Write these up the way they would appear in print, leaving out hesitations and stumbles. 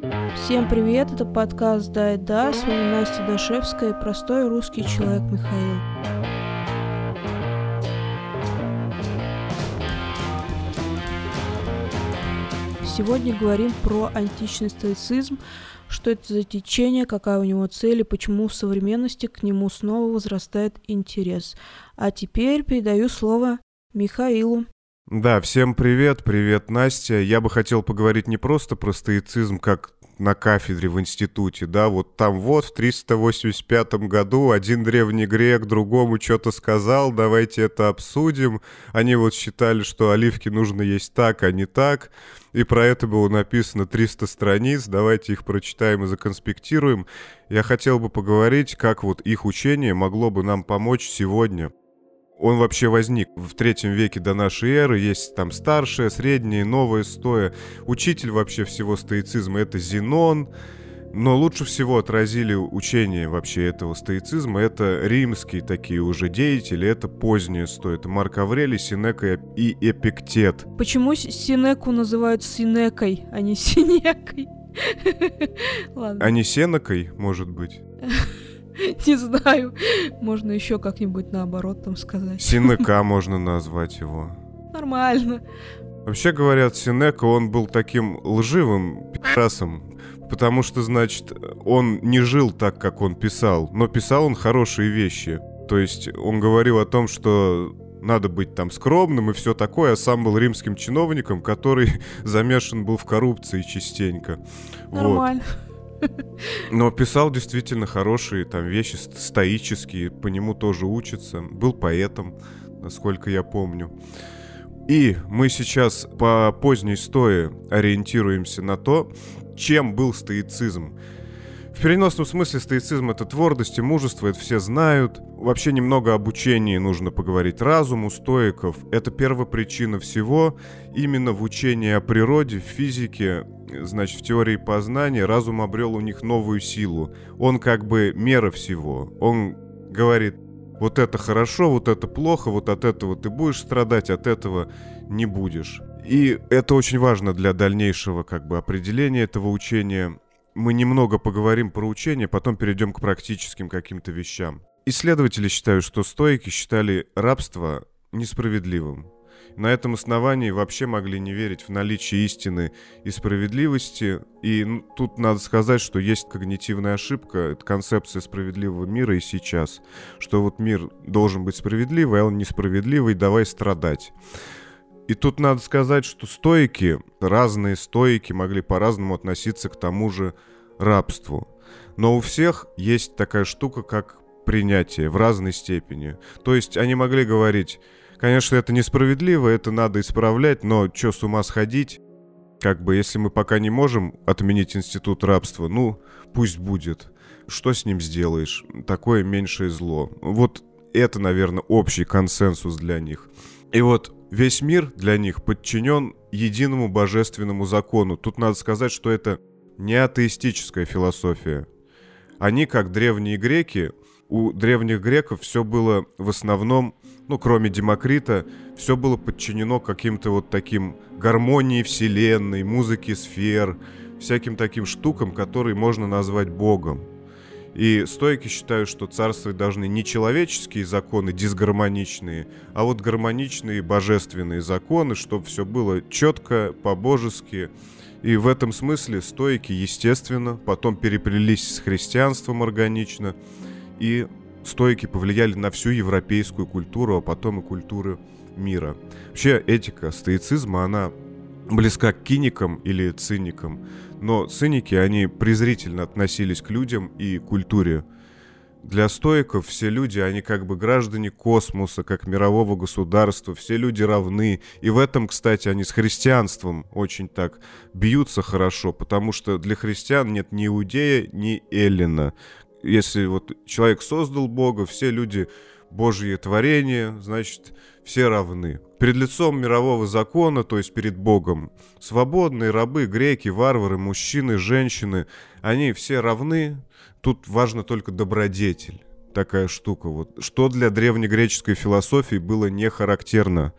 Всем привет, это подкаст «Да и да», с вами Настя Дашевская и простой русский человек Михаил. Сегодня говорим про античный стоицизм, что это за течение, какая у него цель и почему в современности к нему снова возрастает интерес. А теперь передаю слово Михаилу. Да, всем привет, привет, Настя. Я бы хотел поговорить не просто про стоицизм, как на кафедре в институте, да, вот там вот в 385 году один древний грек другому что-то сказал, давайте это обсудим. Они вот считали, что оливки нужно есть так, а не так, и про это было написано 300 страниц, давайте их прочитаем и законспектируем. Я хотел бы поговорить, как вот их учение могло бы нам помочь сегодня. Он вообще возник в 3 веке до нашей эры, есть там старшее, среднее, новое стоя. Учитель вообще всего стоицизма — это Зенон, но лучше всего отразили учение вообще этого стоицизма. Это римские такие уже деятели, это позднее стоя, это Марк Аврелий, Сенека и Эпиктет. Почему Сенеку называют Синекой, а не Синекой? А не Сенекой, может быть? Не знаю. Можно еще как-нибудь наоборот там сказать. Сенека можно назвать его. Нормально. Вообще, говорят, Сенека, он был таким лживым пи***расом, потому что, значит, он не жил так, как он писал, но писал он хорошие вещи. То есть он говорил о том, что надо быть там скромным и все такое, а сам был римским чиновником, который замешан был в коррупции частенько. Нормально. Вот. Но писал действительно хорошие там вещи, стоические, по нему тоже учатся. Был поэтом, насколько я помню. И мы сейчас по поздней стое ориентируемся на то, чем был стоицизм. В переносном смысле стоицизм — это твердость и мужество, это все знают. Вообще немного об учении нужно поговорить. Разум у стоиков — это первопричина всего. Именно в учении о природе, в физике, значит, в теории познания разум обрел у них новую силу. Он как бы мера всего. Он говорит: вот это хорошо, вот это плохо, вот от этого ты будешь страдать, от этого не будешь. И это очень важно для дальнейшего как бы определения этого учения. Мы немного поговорим про учение, потом перейдем к практическим каким-то вещам. Исследователи считают, что стоики считали рабство несправедливым. На этом основании вообще могли не верить в наличие истины и справедливости. И тут надо сказать, что есть когнитивная ошибка, это концепция справедливого мира и сейчас. Что вот мир должен быть справедливый, а он несправедливый, давай страдать. И тут надо сказать, что стоики, разные стоики могли по-разному относиться к тому же рабству. Но у всех есть такая штука, как принятие в разной степени. То есть они могли говорить: конечно, это несправедливо, это надо исправлять, но что, с ума сходить? Как бы, если мы пока не можем отменить институт рабства, ну, пусть будет. Что с ним сделаешь? Такое меньшее зло. Вот это, наверное, общий консенсус для них. И вот весь мир для них подчинен единому божественному закону. Тут надо сказать, что это не атеистическая философия. Они, как древние греки, у древних греков все было в основном, ну, кроме Демокрита, все было подчинено каким-то вот таким гармонии вселенной, музыке сфер, всяким таким штукам, которые можно назвать Богом. И стоики считают, что царствовать должны не человеческие законы дисгармоничные, а вот гармоничные божественные законы, чтобы все было четко, по-божески. И в этом смысле стоики, естественно, потом переплелись с христианством органично, и стоики повлияли на всю европейскую культуру, а потом и культуру мира. Вообще этика стоицизма, она близка к киникам или циникам, но циники, они презрительно относились к людям и культуре. Для стоиков все люди, они как бы граждане космоса, как мирового государства, все люди равны. И в этом, кстати, они с христианством очень так бьются хорошо, потому что для христиан нет ни иудея, ни эллина. Если вот человек создал Бога, все люди Божье творение, значит, все равны. Перед лицом мирового закона, то есть перед Богом, свободные рабы, греки, варвары, мужчины, женщины, они все равны. Тут важно только добродетель. Такая штука вот. Что для древнегреческой философии было не характерно.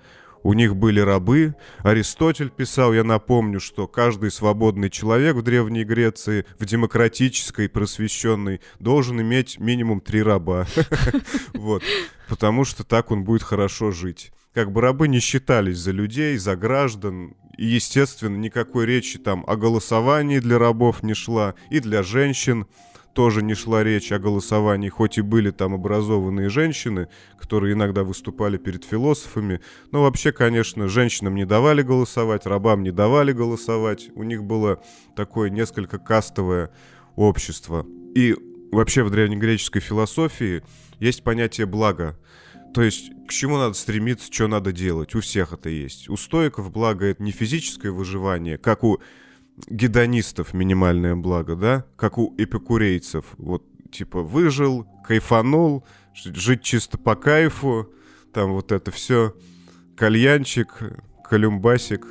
у них были рабы. Аристотель писал, я напомню, что каждый свободный человек в Древней Греции, в демократической, просвещенной, должен иметь минимум 3 раба. Вот. Потому что так он будет хорошо жить. Как бы рабы не считались за людей, за граждан. И, естественно, никакой речи там о голосовании для рабов не шла. И для женщин тоже не шла речь о голосовании, хоть и были там образованные женщины, которые иногда выступали перед философами. Но вообще, конечно, женщинам не давали голосовать, рабам не давали голосовать. У них было такое несколько кастовое общество. И вообще в древнегреческой философии есть понятие блага. То есть к чему надо стремиться, что надо делать. У всех это есть. У стоиков благо — это не физическое выживание, как у гедонистов минимальное благо, да, как у эпикурейцев. Вот, типа, выжил, кайфанул, жить чисто по кайфу, там вот это все, кальянчик, колюмбасик,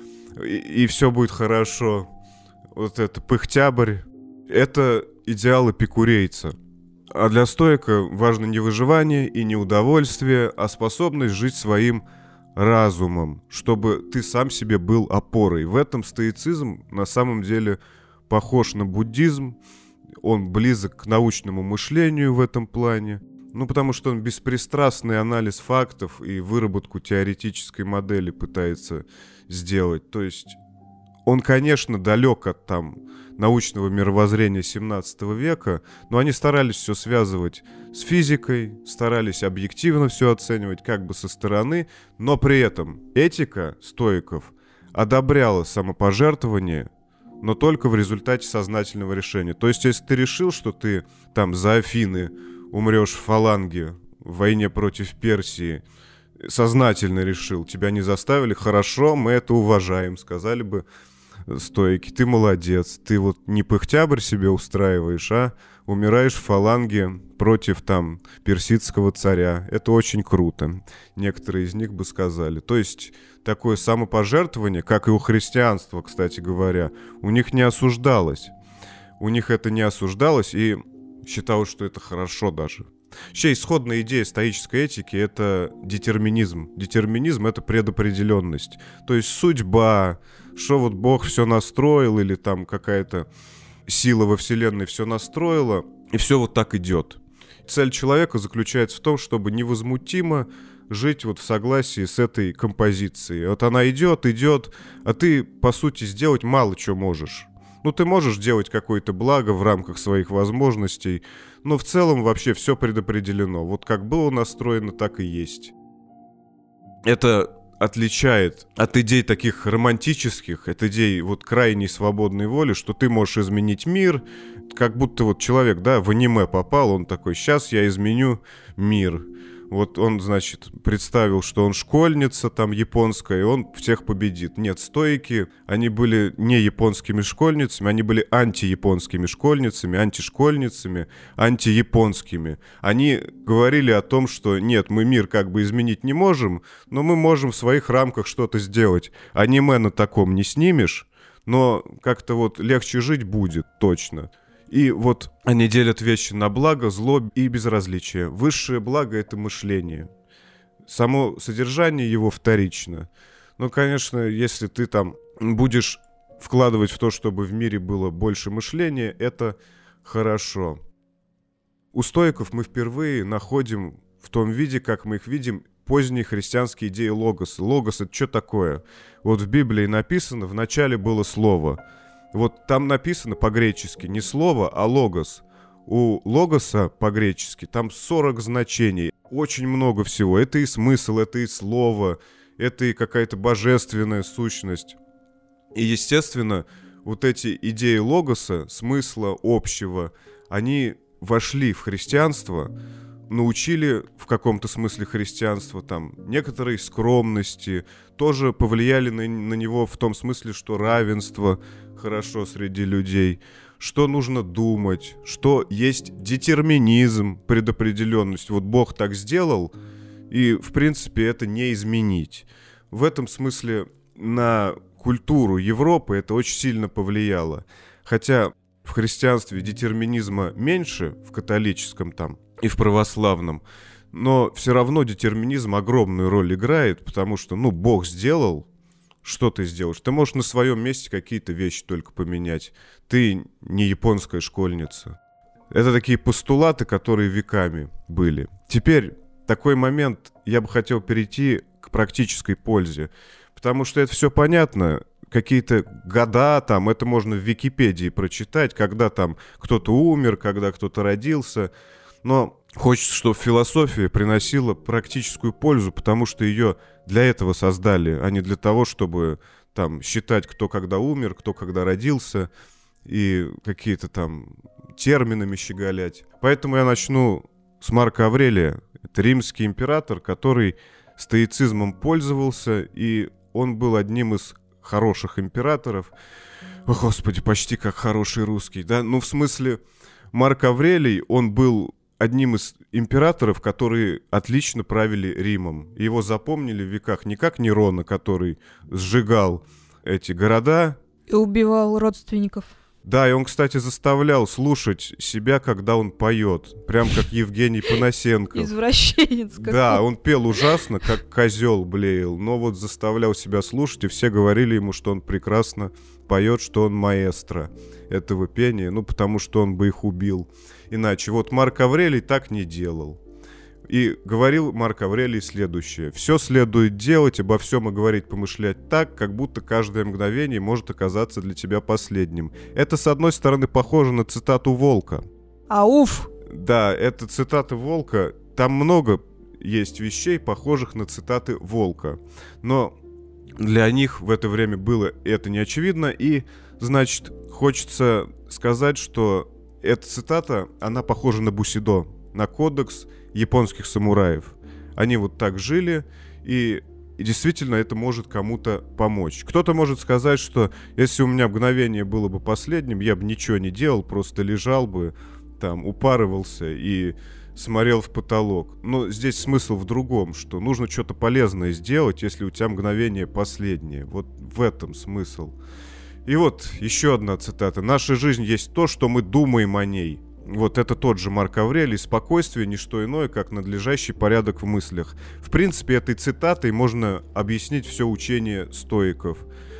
и все будет хорошо. Вот это пыхтябрь. Это идеал эпикурейца. А для стоика важно не выживание и не удовольствие, а способность жить своим разумом, чтобы ты сам себе был опорой. В этом стоицизм на самом деле похож на буддизм, он близок к научному мышлению в этом плане, потому что он беспристрастный анализ фактов и выработку теоретической модели пытается сделать. То есть он, конечно, далек от научного мировоззрения 17 века, но они старались все связывать с физикой, старались объективно все оценивать как бы со стороны, но при этом этика стоиков одобряла самопожертвование, но только в результате сознательного решения. То есть, если ты решил, что ты за Афины умрешь в фаланге в войне против Персии, сознательно решил, тебя не заставили, хорошо, мы это уважаем, сказали бы стоики, ты молодец, ты вот не пыхтябрь себе устраиваешь, а умираешь в фаланге против персидского царя. Это очень круто. Некоторые из них бы сказали. То есть такое самопожертвование, как и у христианства, кстати говоря, у них не осуждалось. У них это не осуждалось, и считалось, что это хорошо даже. Вообще, исходная идея стоической этики — это детерминизм. Детерминизм — это предопределенность. То есть судьба, что вот Бог все настроил, или какая-то сила во Вселенной все настроила, и все вот так идет. Цель человека заключается в том, чтобы невозмутимо жить вот в согласии с этой композицией. Вот она идет, а ты, по сути, сделать мало чего можешь. Ты можешь делать какое-то благо в рамках своих возможностей, но в целом вообще все предопределено. Вот как было настроено, так и есть. Это отличает от идей таких романтических, от идей вот крайней свободной воли, что ты можешь изменить мир, как будто вот человек, в аниме попал, он такой: сейчас я изменю мир. Вот он, значит, представил, что он школьница японская, и он всех победит. Нет, стоики, они были не японскими школьницами, они были антияпонскими школьницами, антишкольницами, антияпонскими. Они говорили о том, что нет, мы мир изменить не можем, но мы можем в своих рамках что-то сделать. Аниме на таком не снимешь, но как-то вот легче жить будет, точно. И вот они делят вещи на благо, зло и безразличие. Высшее благо — это мышление. Само содержание его вторично. Но, конечно, если ты будешь вкладывать в то, чтобы в мире было больше мышления, это хорошо. У стоиков мы впервые находим в том виде, как мы их видим, поздние христианские идеи логоса. Логос — это что такое? Вот в Библии написано: в начале было слово. Вот там написано по-гречески не слово, а логос. У логоса по-гречески там 40 значений. Очень много всего. Это и смысл, это и слово, это и какая-то божественная сущность. И, естественно, вот эти идеи логоса, смысла общего, они вошли в христианство, научили в каком-то смысле христианство некоторой скромности, тоже повлияли на него в том смысле, что равенство хорошо среди людей, что нужно думать, что есть детерминизм, предопределенность. Вот Бог так сделал, и, в принципе, это не изменить. В этом смысле на культуру Европы это очень сильно повлияло. Хотя в христианстве детерминизма меньше, в католическом и в православном, но все равно детерминизм огромную роль играет, потому что, Бог сделал, что ты сделаешь? Ты можешь на своем месте какие-то вещи только поменять. Ты не японская школьница. Это такие постулаты, которые веками были. Теперь такой момент, я бы хотел перейти к практической пользе, потому что это все понятно. Какие-то года там, это можно в Википедии прочитать, когда там кто-то умер, когда кто-то родился. Но хочется, чтобы философия приносила практическую пользу, потому что ее для этого создали, а не для того, чтобы там считать, кто когда умер, кто когда родился, и какие-то там терминами щеголять. Поэтому я начну с Марка Аврелия. Это римский император, который стоицизмом пользовался, и он был одним из хороших императоров. О, Господи, почти как хороший русский, да? В смысле, Марк Аврелий, он был одним из императоров, которые отлично правили Римом. Его запомнили в веках не как Нерона, который сжигал эти города. И убивал родственников. Да, и он, кстати, заставлял слушать себя, когда он поет. Прям как Евгений Панасенков. Извращенец какой. Да, он пел ужасно, как козел блеял, но вот заставлял себя слушать, и все говорили ему, что он прекрасно поет, что он маэстро этого пения, потому что он бы их убил. Иначе. Вот Марк Аврелий так не делал. И говорил Марк Аврелий следующее. «Все следует делать, обо всем и говорить, помышлять так, как будто каждое мгновение может оказаться для тебя последним». Это, с одной стороны, похоже на цитату Волка. Ауф! Да, это цитата Волка. Там много есть вещей, похожих на цитаты Волка. Но для них в это время было это не очевидно. И, значит, хочется сказать, что эта цитата, она похожа на бусидо, на кодекс японских самураев. Они вот так жили, и действительно это может кому-то помочь. Кто-то может сказать, что если у меня мгновение было бы последним, я бы ничего не делал, просто лежал бы, там, упарывался и смотрел в потолок. Но здесь смысл в другом, что нужно что-то полезное сделать, если у тебя мгновение последнее. Вот в этом смысл. И вот еще одна цитата. «Наша жизнь есть то, что мы думаем о ней». Вот это тот же Марк Аврелий. «Спокойствие — не что иное, как надлежащий порядок в мыслях». В принципе, этой цитатой можно объяснить все учение стоиков.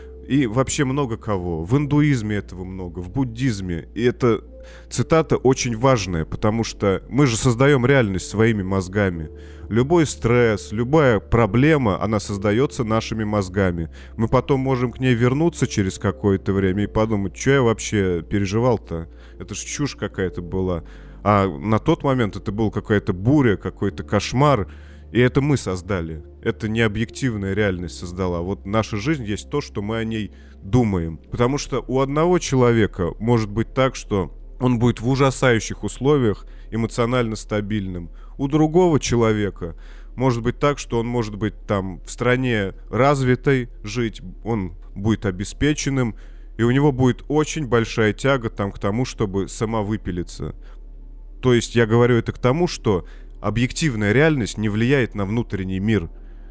И вообще много кого. В индуизме этого много, в буддизме. И эта цитата очень важная, потому что мы же создаем реальность своими мозгами. Любой стресс, любая проблема, она создается нашими мозгами. Мы потом можем к ней вернуться через какое-то время и подумать, что я вообще переживал-то? Это ж чушь какая-то была. А на тот момент это была какая-то буря, какой-то кошмар. И это мы создали. Это не объективная реальность создала. Вот наша жизнь есть то, что мы о ней думаем. Потому что у одного человека может быть так, что он будет в ужасающих условиях эмоционально стабильным. У другого человека может быть так, что он может быть там в стране развитой жить, он будет обеспеченным, и у него будет очень большая тяга там к тому, чтобы самовыпилиться. То есть я говорю это к тому, что объективная реальность не влияет на внутренний мир.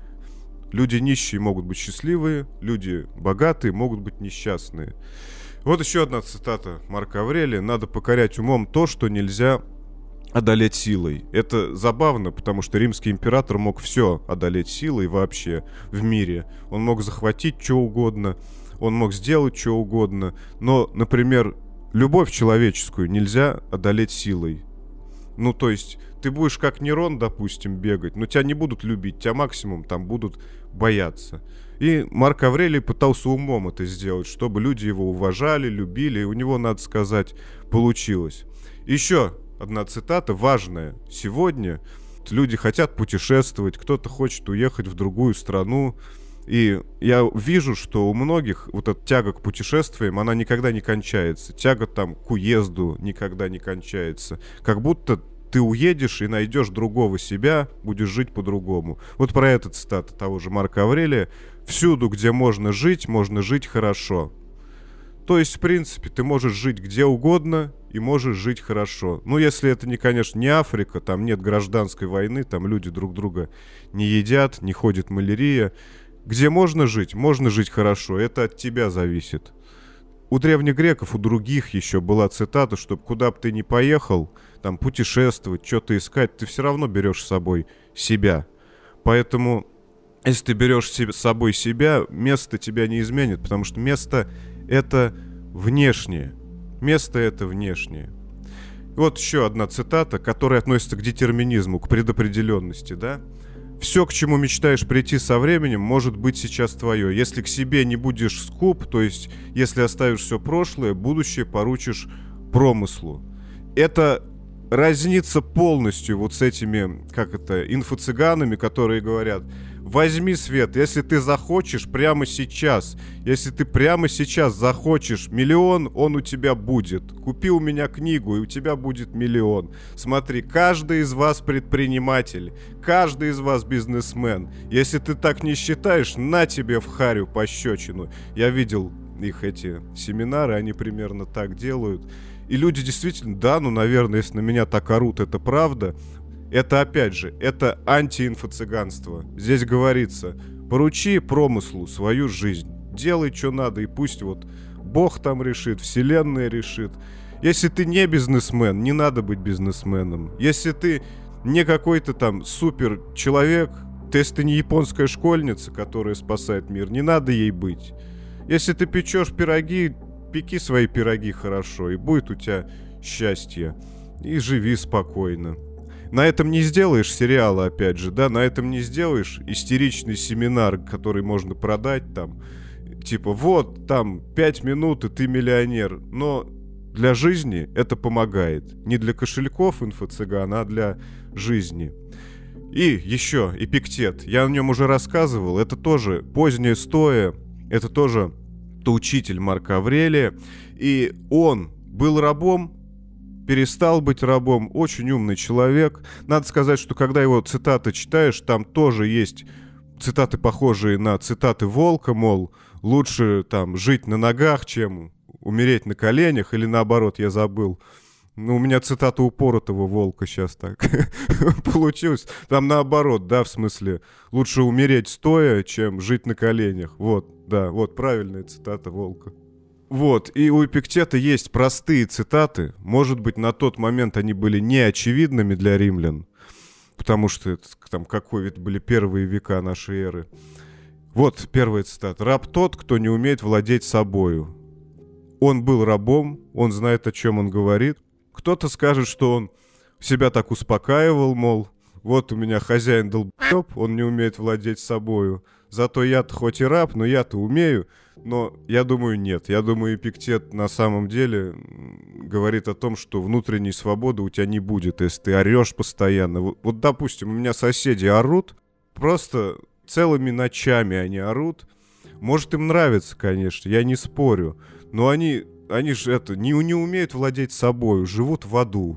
Люди нищие могут быть счастливые, люди богатые могут быть несчастные. Вот еще одна цитата Марка Аврелия. «Надо покорять умом то, что нельзя одолеть силой». Это забавно, потому что римский император мог все одолеть силой вообще в мире. Он мог захватить что угодно, он мог сделать что угодно. Но, например, любовь человеческую нельзя одолеть силой. То есть ты будешь как Нерон, допустим, бегать, но тебя не будут любить, тебя максимум там будут бояться. И Марк Аврелий пытался умом это сделать, чтобы люди его уважали, любили, и у него, надо сказать, получилось. Еще одна цитата важная. Сегодня люди хотят путешествовать, кто-то хочет уехать в другую страну, и я вижу, что у многих вот эта тяга к путешествиям, она никогда не кончается. Тяга там к уезду никогда не кончается. Как будто ты уедешь и найдешь другого себя, будешь жить по-другому. Вот про это цитата того же Марка Аврелия. «Всюду, где можно жить хорошо». То есть, в принципе, ты можешь жить где угодно и можешь жить хорошо. Если это, конечно, не Африка, там нет гражданской войны, там люди друг друга не едят, не ходит малярия. Где можно жить хорошо, это от тебя зависит. у древних греков, у других еще была цитата, что куда бы ты ни поехал, там путешествовать, что-то искать, ты все равно берешь с собой себя. Поэтому, если ты берешь с собой себя, место тебя не изменит, потому что место — это внешнее. Место — это внешнее. Вот еще одна цитата, которая относится к детерминизму, к предопределенности, да? Все, к чему мечтаешь прийти со временем, может быть сейчас твое. Если к себе не будешь скуп, то есть если оставишь все прошлое, будущее поручишь промыслу. Это разнится полностью вот с этими, инфо-цыганами, которые говорят: возьми, Свет, если ты захочешь прямо сейчас, если ты прямо сейчас захочешь миллион, он у тебя будет. Купи у меня книгу, и у тебя будет миллион. Смотри, каждый из вас предприниматель, каждый из вас бизнесмен. Если ты так не считаешь, на тебе в харю пощечину. Я видел их эти семинары, они примерно так делают. И люди действительно, да, наверное, если на меня так орут, это правда. Это, опять же, это антиинфо-цыганство. Здесь говорится: поручи промыслу свою жизнь, делай, что надо, и пусть вот Бог там решит, Вселенная решит. Если ты не бизнесмен, не надо быть бизнесменом. Если ты не какой-то там супер человек, если ты не японская школьница, которая спасает мир, не надо ей быть. Если ты печешь пироги, пеки свои пироги хорошо, и будет у тебя счастье. И живи спокойно. На этом не сделаешь сериала, опять же, да, на этом не сделаешь истеричный семинар, который можно продать там, типа, вот, там, 5 минут, и ты миллионер. Но для жизни это помогает. Не для кошельков инфо-цыган, а для жизни. И еще Эпиктет. Я о нем уже рассказывал. Это тоже поздняя Стоя. Это тоже учитель Марка Аврелия. И он был рабом, перестал быть рабом, очень умный человек. Надо сказать, что когда его цитаты читаешь, там тоже есть цитаты, похожие на цитаты Волка, мол, лучше там жить на ногах, чем умереть на коленях, или наоборот, я забыл. Ну, у меня цитата упоротого Волка сейчас так получилось. Там наоборот, да, в смысле, лучше умереть стоя, чем жить на коленях. Вот, да, вот правильная цитата Волка. Вот, и у Эпиктета есть простые цитаты. Может быть, на тот момент они были неочевидными для римлян, потому что это, там, какой это были первые века нашей эры. Вот первая цитата. «Раб тот, кто не умеет владеть собою». Он был рабом, он знает, о чем он говорит. Кто-то скажет, что он себя так успокаивал, мол, вот у меня хозяин долбоеб, он не умеет владеть собою. Зато я-то хоть и раб, но я-то умею. Но я думаю, нет. Я думаю, Эпиктет на самом деле говорит о том, что внутренней свободы у тебя не будет, если ты орешь постоянно. Вот, допустим, у меня соседи орут, просто целыми ночами они орут. Может, им нравится, конечно, я не спорю. Но они же не умеют владеть собой, живут в аду.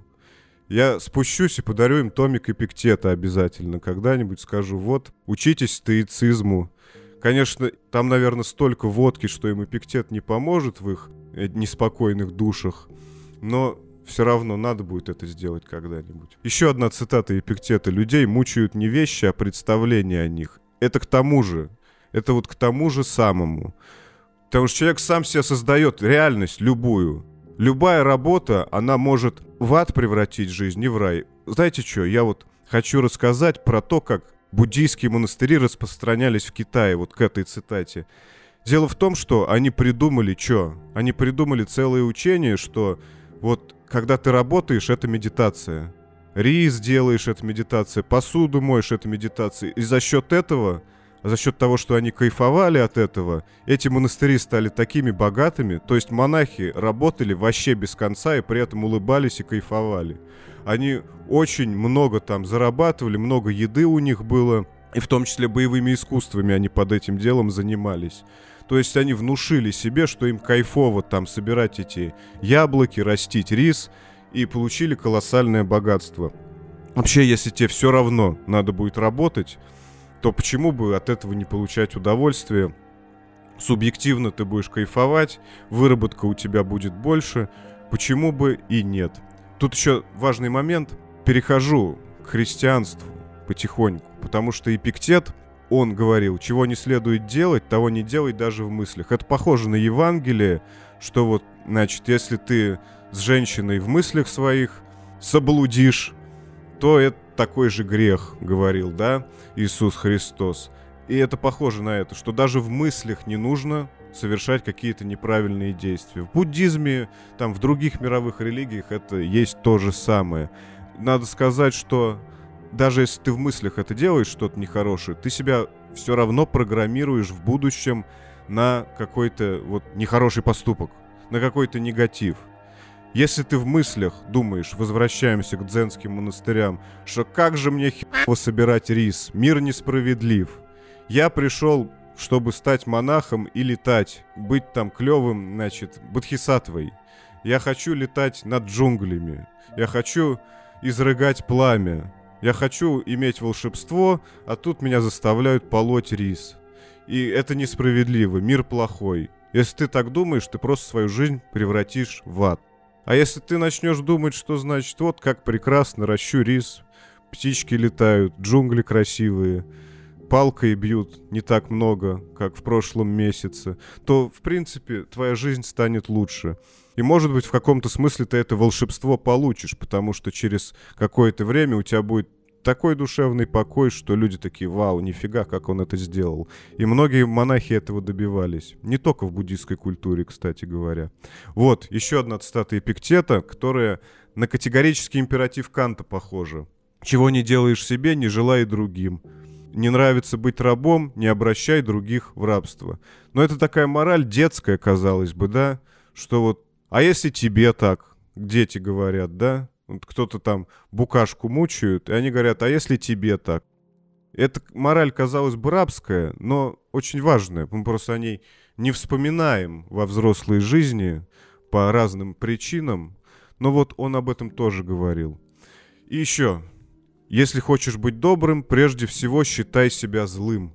Я спущусь и подарю им томик Эпиктета обязательно. Когда-нибудь скажу: вот, учитесь стоицизму. Конечно, там, наверное, столько водки, что им Эпиктет не поможет в их неспокойных душах. Но все равно надо будет это сделать когда-нибудь. Еще одна цитата Эпиктета. «Людей мучают не вещи, а представления о них». Это к тому же. Это вот к тому же самому. Потому что человек сам себе создает реальность любую. Любая работа, она может в ад превратить жизнь, не в рай. Знаете что, я вот хочу рассказать про то, как буддийские монастыри распространялись в Китае, вот к этой цитате. Дело в том, что они придумали что? Они придумали целое учение, что вот когда ты работаешь, это медитация. Рис делаешь, это медитация. Посуду моешь, это медитация. И за счет этого... За счет того, что они кайфовали от этого, эти монастыри стали такими богатыми, то есть монахи работали вообще без конца и при этом улыбались и кайфовали. Они очень много там зарабатывали, много еды у них было, и в том числе боевыми искусствами они под этим делом занимались. То есть они внушили себе, что им кайфово там собирать эти яблоки, растить рис, и получили колоссальное богатство. Вообще, если тебе все равно надо будет работать, то почему бы от этого не получать удовольствие? Субъективно ты будешь кайфовать, выработка у тебя будет больше, почему бы и нет? Тут еще важный момент. Перехожу к христианству потихоньку, потому что Эпиктет, он говорил, чего не следует делать, того не делай даже в мыслях. Это похоже на Евангелие, что вот, значит, если ты с женщиной в мыслях своих соблудишь, то это такой же грех, говорил, да, Иисус Христос. И это похоже на это, что даже в мыслях не нужно совершать какие-то неправильные действия. В буддизме, там, в других мировых религиях это есть то же самое. Надо сказать, что даже если ты в мыслях это делаешь, что-то нехорошее, ты себя все равно программируешь в будущем на какой-то вот нехороший поступок, на какой-то негатив. Если ты в мыслях думаешь, возвращаемся к дзенским монастырям, что как же мне херово собирать рис, мир несправедлив. Я пришел, чтобы стать монахом и летать, быть там клевым, значит, бодхисаттвой. Я хочу летать над джунглями. Я хочу изрыгать пламя. Я хочу иметь волшебство, а тут меня заставляют полоть рис. И это несправедливо, мир плохой. Если ты так думаешь, ты просто свою жизнь превратишь в ад. А если ты начнешь думать, что значит, вот как прекрасно, ращу рис, птички летают, джунгли красивые, палкой бьют не так много, как в прошлом месяце, то, в принципе, твоя жизнь станет лучше. И, может быть, в каком-то смысле ты это волшебство получишь, потому что через какое-то время у тебя будет такой душевный покой, что люди такие: вау, нифига, как он это сделал. И многие монахи этого добивались. Не только в буддийской культуре, кстати говоря. Вот, еще одна цитата Эпиктета, которая на категорический императив Канта похожа. «Чего не делаешь себе, не желай другим. Не нравится быть рабом, не обращай других в рабство». Но это такая мораль детская, казалось бы, да? Что вот, а если тебе так, дети говорят, да? Вот кто-то там букашку мучают, и они говорят: а если тебе так? Эта мораль, казалось бы, рабская, но очень важная. Мы просто о ней не вспоминаем во взрослой жизни по разным причинам. Но вот он об этом тоже говорил. И еще. Если хочешь быть добрым, прежде всего считай себя злым.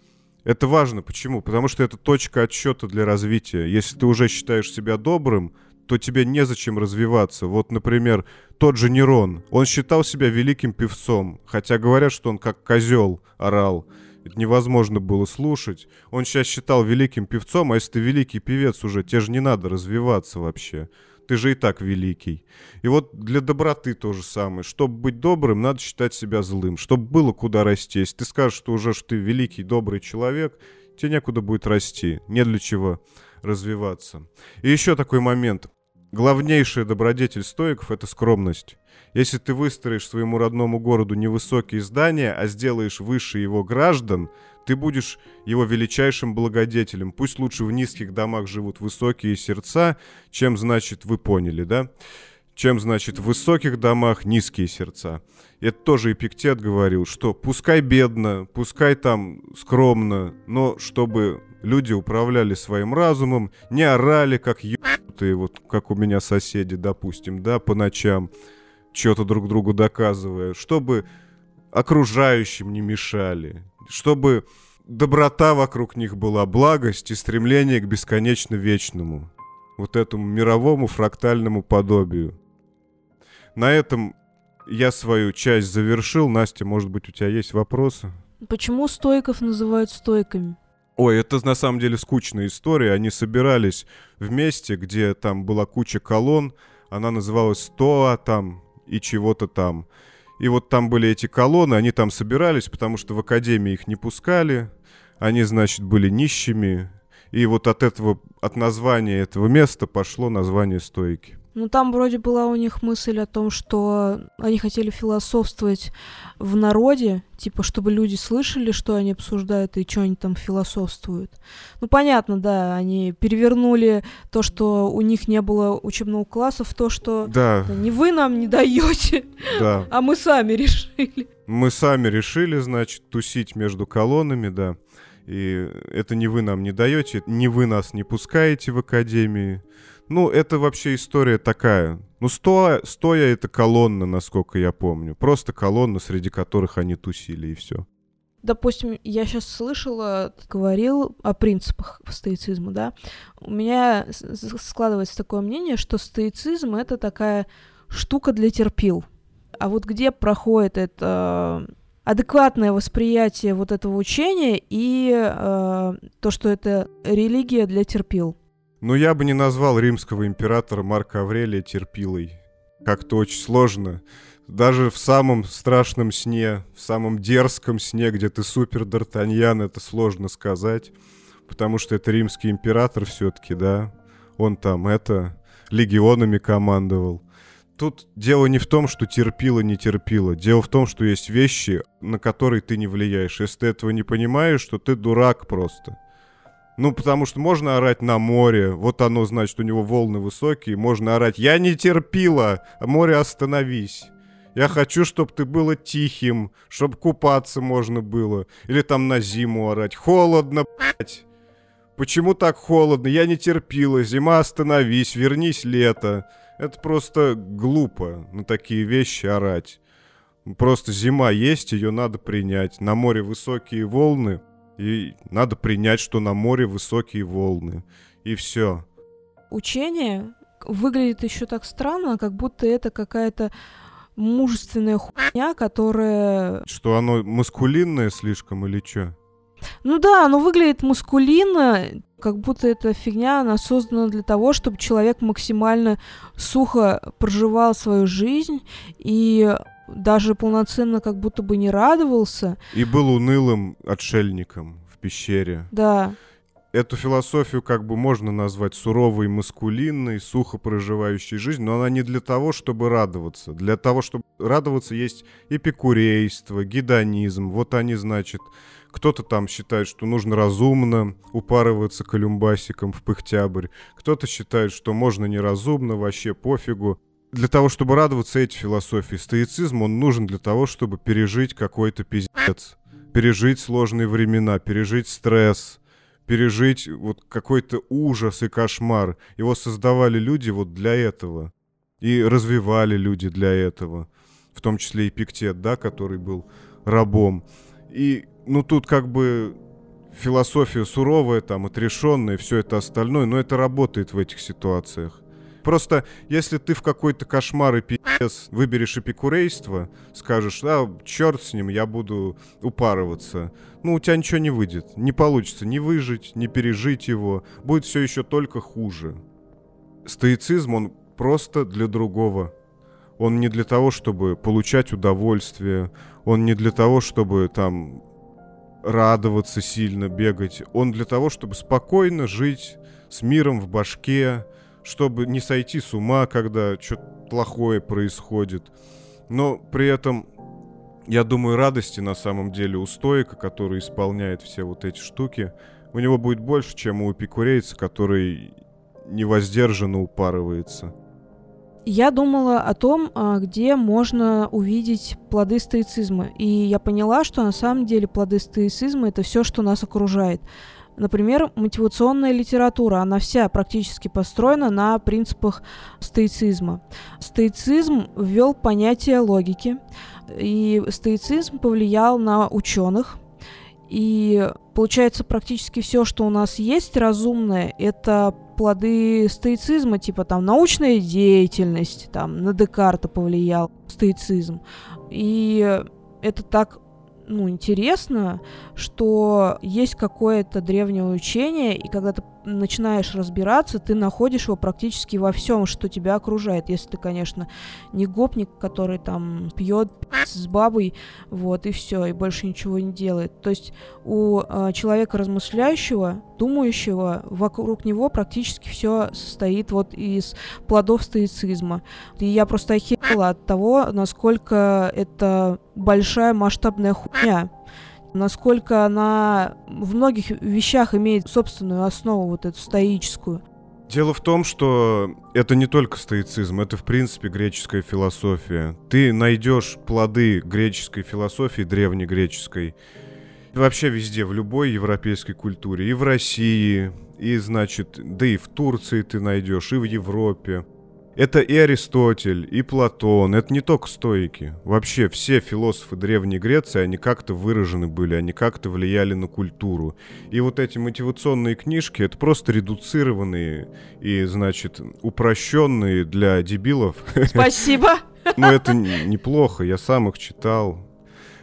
Это важно. Почему? Потому что это точка отсчета для развития. Если ты уже считаешь себя добрым, то тебе незачем развиваться. Вот, например, тот же Нерон. Он считал себя великим певцом, хотя говорят, что он как козел орал. Это невозможно было слушать. Он сейчас считал великим певцом, а если ты великий певец уже, тебе же не надо развиваться вообще. Ты же и так великий. И вот для доброты то же самое. Чтобы быть добрым, надо считать себя злым. Чтобы было куда расти. Если ты скажешь, что уже что ты великий, добрый человек, тебе некуда будет расти. Не для чего развиваться. И еще такой момент. Главнейшая добродетель стоиков — это скромность. Если ты выстроишь своему родному городу невысокие здания, а сделаешь выше его граждан, ты будешь его величайшим благодетелем. Пусть лучше в низких домах живут высокие сердца, чем, значит, вы поняли, да? Чем, значит, в высоких домах низкие сердца. Это тоже Эпиктет говорил, что пускай бедно, пускай там скромно, но чтобы люди управляли своим разумом, не орали, как ебанутые, вот как у меня соседи, допустим, да, по ночам, что-то друг другу доказывая, чтобы окружающим не мешали, чтобы доброта вокруг них была, благость и стремление к бесконечно вечному, вот этому мировому фрактальному подобию. На этом я свою часть завершил. Настя, может быть, у тебя есть вопросы? Почему стоиков называют стоиками? Ой, это на самом деле скучная история. Они собирались в месте, где там была куча колонн. Она называлась Стоа там и чего-то там. И вот там были эти колонны, они там собирались, потому что в академии их не пускали. Они, значит, были нищими. И вот от названия этого места пошло название стоики. Ну, там вроде была у них мысль о том, что они хотели философствовать в народе, типа, чтобы люди слышали, что они обсуждают и что они там философствуют. Ну, понятно, да, они перевернули то, что у них не было учебного класса, в то, что да. Не вы нам не даете, да. А мы сами решили. Мы сами решили, значит, тусить между колоннами, да. И это не вы нам не даете, не вы нас не пускаете в академии. Ну, это вообще история такая. Ну, стоя это колонна, насколько я помню. Просто колонна, среди которых они тусили, и все. Допустим, я сейчас слышала, ты говорил о принципах стоицизма, да? У меня складывается такое мнение, что стоицизм — это такая штука для терпил. А вот где проходит это адекватное восприятие вот этого учения и то, что это религия для терпил? Но я бы не назвал римского императора Марка Аврелия терпилой. Как-то очень сложно. Даже в самом страшном сне, в самом дерзком сне, где ты супер Д'Артаньян, это сложно сказать. Потому что это римский император все-таки, да. Он там легионами командовал. Тут дело не в том, что терпила, не терпила. Дело в том, что есть вещи, на которые ты не влияешь. Если ты этого не понимаешь, то ты дурак просто. Ну, потому что можно орать на море. Вот оно, значит, у него волны высокие. Можно орать: «Я не терпила! Море, остановись! Я хочу, чтобы ты было тихим, чтобы купаться можно было». Или там на зиму орать: «Холодно, блядь! Почему так холодно? Я не терпила! Зима, остановись! Вернись, лето!» Это просто глупо на такие вещи орать. Просто зима есть, ее надо принять. На море высокие волны, и надо принять, что на море высокие волны. И все. Учение выглядит еще так странно, как будто это какая-то мужественная хуйня, которая... Что оно маскулинное слишком или что? Ну да, оно выглядит маскулинно, как будто эта фигня, она создана для того, чтобы человек максимально сухо проживал свою жизнь и даже полноценно как будто бы не радовался. И был унылым отшельником в пещере. Да. Эту философию как бы можно назвать суровой, маскулинной, сухо проживающей жизнь, но она не для того, чтобы радоваться. Для того, чтобы радоваться, есть эпикурейство, гедонизм. Вот они, значит, кто-то там считает, что нужно разумно упарываться колюмбасиком в пыхтябрь. Кто-то считает, что можно неразумно, вообще пофигу. Для того, чтобы радоваться этой философии, стоицизм, он нужен для того, чтобы пережить какой-то пиздец. Пережить сложные времена, пережить стресс. Пережить вот какой-то ужас и кошмар. Его создавали люди вот для этого. И развивали люди для этого. В том числе Эпиктет, да, который был рабом. И, ну, тут как бы философия суровая, там, отрешенная, все это остальное, но это работает в этих ситуациях. Просто, если ты в какой-то кошмар и пиздец выберешь эпикурейство, скажешь: черт с ним, я буду упарываться. Ну, у тебя ничего не выйдет. Не получится ни выжить, ни пережить его. Будет все еще только хуже. Стоицизм, он просто для другого. Он не для того, чтобы получать удовольствие. Он не для того, чтобы там радоваться сильно, бегать. Он для того, чтобы спокойно жить с миром в башке, чтобы не сойти с ума, когда что-то плохое происходит. Но при этом, я думаю, радости на самом деле у стоика, который исполняет все вот эти штуки, у него будет больше, чем у эпикурейца, который невоздержанно упарывается. Я думала о том, где можно увидеть плоды стоицизма. И я поняла, что на самом деле плоды стоицизма — это все, что нас окружает. Например, мотивационная литература, она вся практически построена на принципах стоицизма. Стоицизм ввел понятие логики, и стоицизм повлиял на ученых. И получается, практически все, что у нас есть разумное, это плоды стоицизма, типа там научная деятельность, там на Декарта повлиял стоицизм. И это так интересно, что есть какое-то древнее учение, и когда ты начинаешь разбираться, ты находишь его практически во всем, что тебя окружает. Если ты, конечно, не гопник, который там пьет с бабой, вот, и все, и больше ничего не делает. То есть у человека размышляющего, думающего, вокруг него практически все состоит вот из плодов стоицизма. И я просто охерела от того, насколько это большая масштабная хуйня. Насколько она в многих вещах имеет собственную основу, вот эту стоическую. Дело в том, что это не только стоицизм, это в принципе греческая философия. Ты найдешь плоды греческой философии, древнегреческой, вообще везде, в любой европейской культуре. И в России, и, значит, да и в Турции ты найдешь, и в Европе. Это и Аристотель, и Платон, это не только стоики. Вообще все философы Древней Греции, они как-то выражены были, они как-то влияли на культуру. И вот эти мотивационные книжки, это просто редуцированные и, значит, упрощенные для дебилов. Спасибо. Но это неплохо, я сам их читал.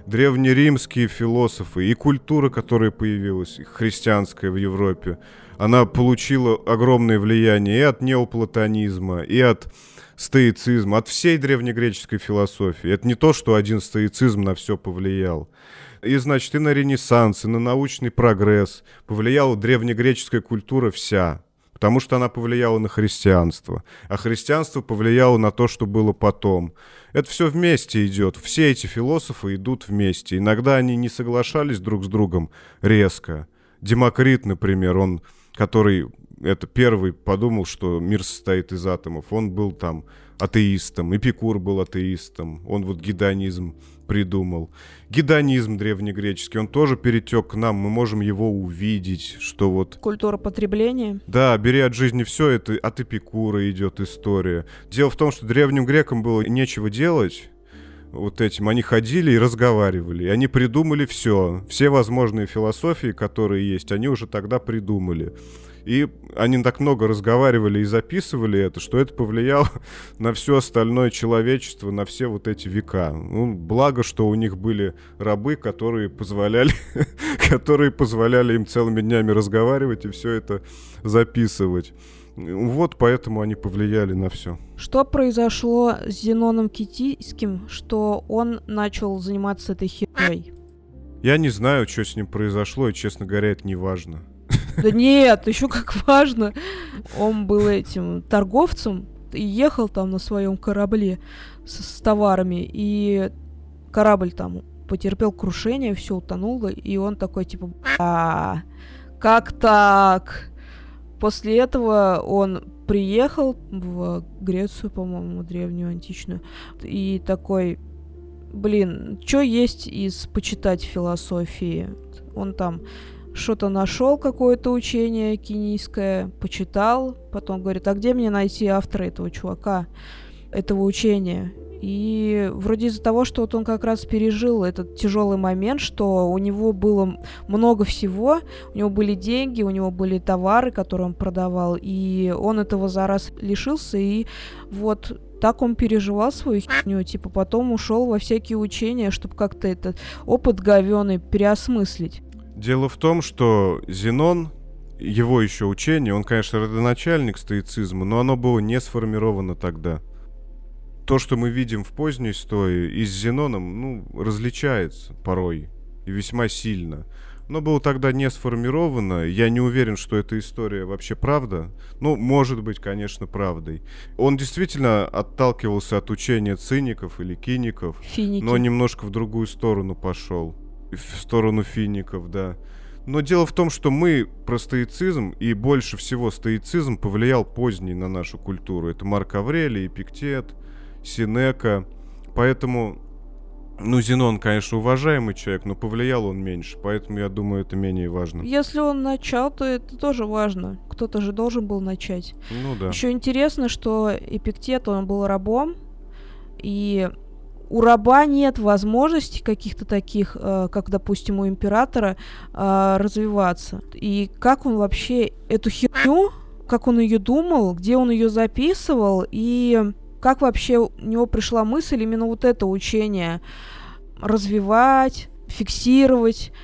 древнеримские философы, и культура, которая появилась, христианская в Европе, она получила огромное влияние и от неоплатонизма, и от стоицизма, от всей древнегреческой философии. Это не то, что один стоицизм на все повлиял. И, значит, и на Ренессанс, и на научный прогресс повлияла древнегреческая культура вся, потому что она повлияла на христианство, а христианство повлияло на то, что было потом. Это все вместе идет, все эти философы идут вместе. Иногда они не соглашались друг с другом резко. Демокрит, например, он, который это первый подумал, что мир состоит из атомов, он был там атеистом, Эпикур был атеистом, он вот гедонизм придумал. Гедонизм древнегреческий, он тоже перетек к нам, мы можем его увидеть, что вот... Культура потребления. Да, бери от жизни все, это от Эпикура идет история. Дело в том, что древним грекам было нечего делать вот этим. Они ходили и разговаривали, и они придумали все возможные философии, которые есть, они уже тогда придумали. И они так много разговаривали и записывали это, что это повлияло на все остальное человечество, на все вот эти века. Ну, благо, что у них были рабы, которые позволяли им целыми днями разговаривать и все это записывать. Вот поэтому они повлияли на все. Что произошло с Зеноном Китийским, что он начал заниматься этой херней? Я не знаю, что с ним произошло, и, честно говоря, это не важно. Да нет, еще как важно. Он был этим торговцем и ехал там на своем корабле с товарами, и корабль там потерпел крушение, все утонуло, и он такой типа, как так? После этого он приехал в Грецию, по-моему, древнюю, античную, и такой, что есть из почитать философии? Он там что-то нашел, какое-то учение кенийское, почитал, потом говорит, а где мне найти автора этого чувака, этого учения? И вроде из-за того, что вот он как раз пережил этот тяжелый момент, что у него было много всего, у него были деньги, у него были товары, которые он продавал, и он этого за раз лишился, и вот так он переживал свою херню, типа потом ушел во всякие учения, чтобы как-то этот опыт говёный переосмыслить. Дело в том, что Зенон, его еще учение, он, конечно, родоначальник стоицизма, но оно было не сформировано тогда. То, что мы видим в поздней истории, и с Зеноном, различается порой, и весьма сильно. Но было тогда не сформировано, я не уверен, что эта история вообще правда. Может быть, конечно, правдой. Он действительно отталкивался от учения циников или киников, Финики. Но немножко в другую сторону пошел. В сторону фиников, да. Но дело в том, что мы про стоицизм, и больше всего стоицизм повлиял поздний на нашу культуру. Это Марк Аврелий, Эпиктет, Сенека. Поэтому, Зенон, конечно, уважаемый человек, но повлиял он меньше. Поэтому, я думаю, это менее важно. Если он начал, то это тоже важно. Кто-то же должен был начать. Да. Еще интересно, что Эпиктет, он был рабом, и у раба нет возможностей каких-то таких, как, допустим, у императора, развиваться. И как он вообще эту херню, как он ее думал, где он ее записывал, и как вообще у него пришла мысль именно вот это учение развивать, фиксировать,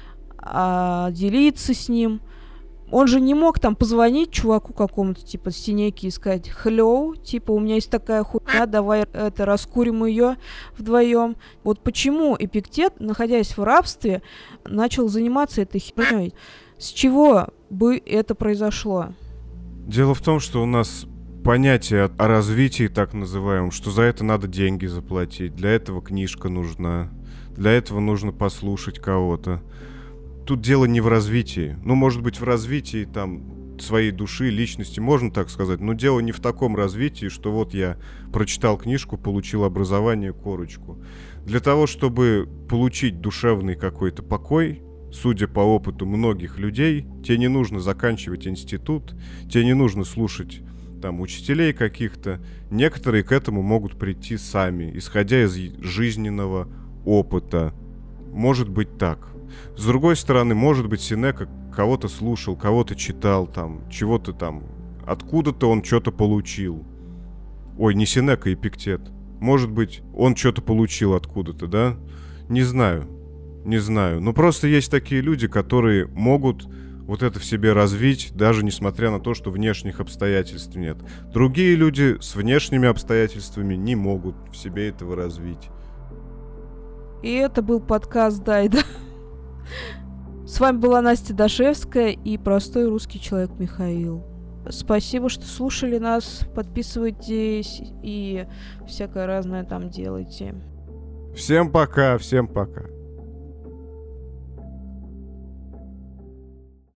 делиться с ним. Он же не мог там позвонить чуваку какому-то, типа, Сенеке и сказать: «Hello, типа, у меня есть такая хуйня, давай раскурим ее вдвоем». Вот почему Эпиктет, находясь в рабстве, начал заниматься этой херней? С чего бы это произошло? Дело в том, что у нас понятие о развитии, так называемом, что за это надо деньги заплатить, для этого книжка нужна, для этого нужно послушать кого-то. Тут дело не в развитии. Может быть, в развитии там своей души, личности, можно так сказать, но дело не в таком развитии, что вот я прочитал книжку, получил образование, корочку. Для того, чтобы получить душевный какой-то покой, судя по опыту многих людей, тебе не нужно заканчивать институт, тебе не нужно слушать там учителей каких-то. Некоторые к этому могут прийти сами, исходя из жизненного опыта. Может быть так. С другой стороны, может быть, Сенека кого-то слушал, кого-то читал, там, чего-то там, откуда-то он что-то получил. Ой, не Сенека, Эпиктет. Может быть, он что-то получил откуда-то, да? Не знаю. не знаю. Ну, просто есть такие люди, которые могут вот это в себе развить, даже несмотря на то, что внешних обстоятельств нет. Другие люди с внешними обстоятельствами не могут в себе этого развить. И это был подкаст Дайда. С вами была Настя Дашевская и простой русский человек Михаил. Спасибо, что слушали нас. Подписывайтесь и всякое разное там делайте. Всем пока, всем пока.